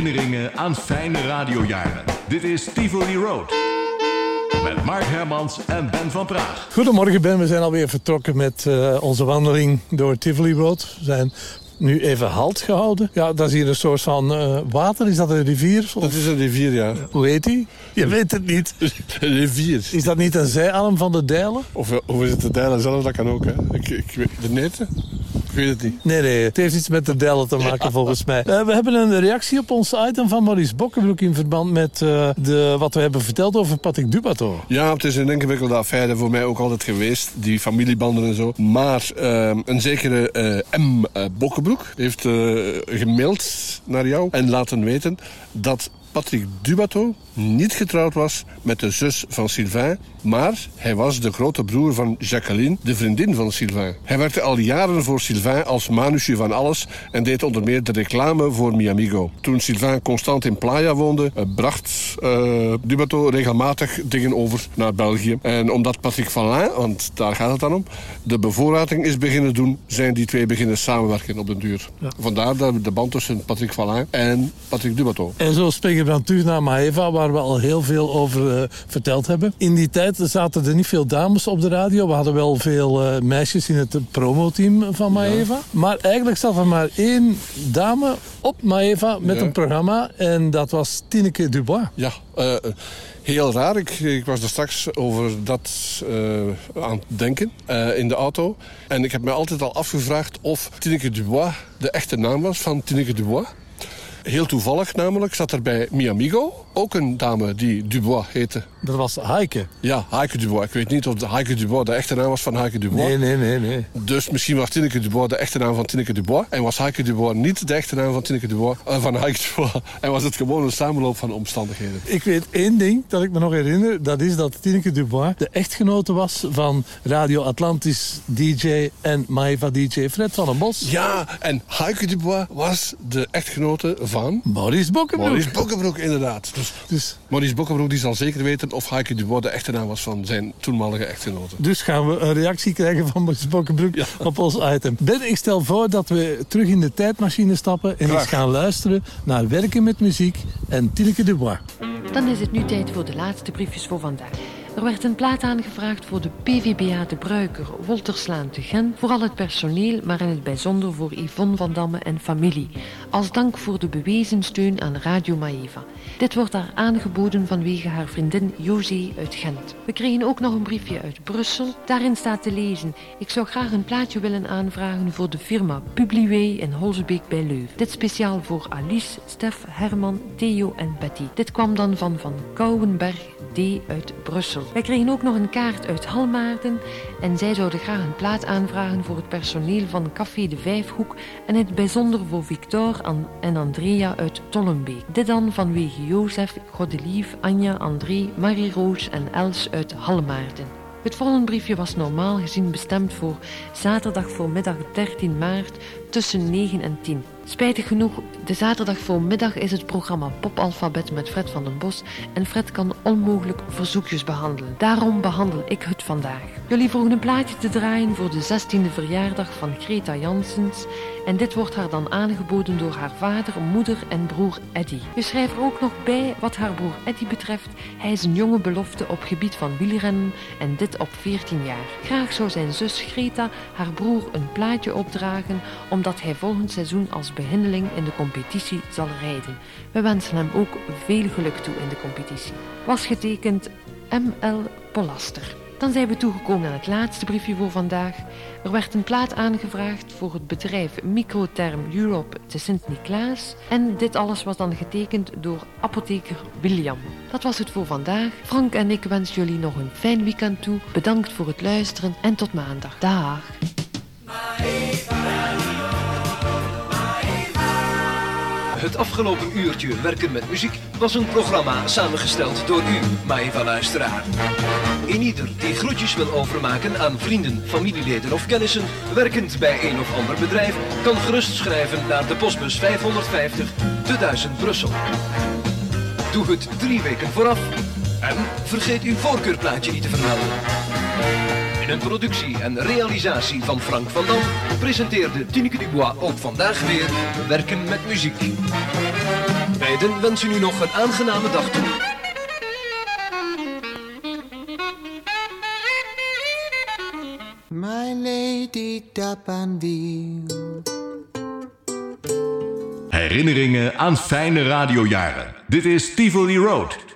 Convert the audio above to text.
herinneringen aan fijne radiojaren. Dit is Tivoli Road. Met Mark Hermans en Ben van Praag. Goedemorgen Ben, we zijn alweer vertrokken met onze wandeling door Tivoli Road. We zijn nu even halt gehouden. Ja, dat is hier een soort van water. Is dat een rivier? Dat is een rivier, ja. Hoe heet die? Je weet het niet. Een rivier. Is dat niet een zijarm van de Dijlen? Of is het de Dijlen zelf? Dat kan ook, hè. Ik weet de neten? Ik weet het niet. Nee. Het heeft iets met de Dijlen te maken, volgens mij. We hebben een reactie op ons item van Maurice Bokkenbroek in verband met wat we hebben verteld over Patrick Dubateau. Ja, het is een ingewikkelde affaire voor mij ook altijd geweest. Die familiebanden en zo. Maar een zekere M. Bokkenbroek heeft gemaild naar jou en laten weten dat Patrick Dubateau niet getrouwd was met de zus van Sylvain, maar hij was de grote broer van Jacqueline, de vriendin van Sylvain. Hij werkte al jaren voor Sylvain als manusje van alles en deed onder meer de reclame voor Miamigo. Toen Sylvain constant in Playa woonde, bracht Dubateau regelmatig dingen over naar België. En omdat Patrick Vallin, want daar gaat het dan om, de bevoorrading is beginnen doen, zijn die twee beginnen samenwerken op den duur. Ja. Vandaar de band tussen Patrick Vallin en Patrick Dubateau. En zo spreken we dan terug naar Maeva, waar we al heel veel over verteld hebben. In die tijd zaten er niet veel dames op de radio. We hadden wel veel meisjes in het promoteam van Maeva. Ja. Maar eigenlijk zat er maar één dame op Maeva met een programma. En dat was Tineke Dubois. Ja, heel raar. Ik was er straks over dat aan het denken in de auto. En ik heb me altijd al afgevraagd of Tineke Dubois de echte naam was van Tineke Dubois. Heel toevallig namelijk zat er bij Miamigo ook een dame die Dubois heette. Dat was Heike. Ja, Heike Dubois. Ik weet niet of Heike Dubois de echte naam was van Heike Dubois. Nee. Dus misschien was Tineke Dubois de echte naam van Tineke Dubois. En was Heike Dubois niet de echte naam van Tineke Dubois, van Heike Dubois. En was het gewoon een samenloop van omstandigheden. Ik weet één ding dat ik me nog herinner. Dat is dat Tineke Dubois de echtgenote was van Radio Atlantis DJ en Maeva DJ Fred van den Bos. Ja, en Heike Dubois was de echtgenote van Maurice Bokkenbroek. Maurice Bokkenbroek, inderdaad. Dus Maurice Bokkenbroek die zal zeker weten of Heike Dubois de echte naam was van zijn toenmalige echtgenote. Dus gaan we een reactie krijgen van Maurice Bokkenbroek op ons item. Ben, ik stel voor dat we terug in de tijdmachine stappen en eens gaan luisteren naar Werken met Muziek en Tineke Dubois. Dan is het nu tijd voor de laatste briefjes voor vandaag. Er werd een plaat aangevraagd voor de PVBA De Bruiker, Wolterslaan te Gent, voor al het personeel, maar in het bijzonder voor Yvonne van Damme en familie, als dank voor de bewezen steun aan Radio Maeva. Dit wordt haar aangeboden vanwege haar vriendin José uit Gent. We kregen ook nog een briefje uit Brussel. Daarin staat te lezen: ik zou graag een plaatje willen aanvragen voor de firma Publiway in Holsbeek bij Leuven. Dit speciaal voor Alice, Stef, Herman, Theo en Betty. Dit kwam dan van Kouwenberg D. uit Brussel. Wij kregen ook nog een kaart uit Halmaarden en zij zouden graag een plaat aanvragen voor het personeel van Café de Vijfhoek en in het bijzonder voor Victor en Andrea uit Tollenbeek. Dit dan vanwege Jozef, Godelief, Anja, André, Marie-Roos en Els uit Halmaarden. Het volgende briefje was normaal gezien bestemd voor zaterdag voormiddag 13 maart tussen 9 en 10. Spijtig genoeg, de zaterdag voormiddag is het programma Popalfabet met Fred van den Bos en Fred kan onmogelijk verzoekjes behandelen. Daarom behandel ik het vandaag. Jullie vroegen een plaatje te draaien voor de 16e verjaardag van Greta Janssens en dit wordt haar dan aangeboden door haar vader, moeder en broer Eddy. Je schrijft er ook nog bij wat haar broer Eddy betreft. Hij is een jonge belofte op gebied van wielrennen en dit op 14 jaar. Graag zou zijn zus Greta haar broer een plaatje opdragen omdat hij volgend seizoen als behindeling in de competitie zal rijden. We wensen hem ook veel geluk toe in de competitie. Was getekend M.L. Polaster. Dan zijn we toegekomen aan het laatste briefje voor vandaag. Er werd een plaat aangevraagd voor het bedrijf Microtherm Europe te Sint-Niklaas. En dit alles was dan getekend door apotheker William. Dat was het voor vandaag. Frank en ik wensen jullie nog een fijn weekend toe. Bedankt voor het luisteren en tot maandag. Dag. Het afgelopen uurtje Werken met Muziek was een programma samengesteld door u, Maeva-luisteraar. Eenieder die groetjes wil overmaken aan vrienden, familieleden of kennissen, werkend bij een of ander bedrijf, kan gerust schrijven naar de postbus 550 te 1000 Brussel. Doe het 3 weken vooraf en vergeet uw voorkeurplaatje niet te vermelden. In een productie en realisatie van Frank van Dam presenteerde Tineke Dubois ook vandaag weer Werken met Muziek. beiden wensen u nog een aangename dag toe. My Lady Dappandeel. Herinneringen aan fijne radiojaren. Dit is Tivoli Road.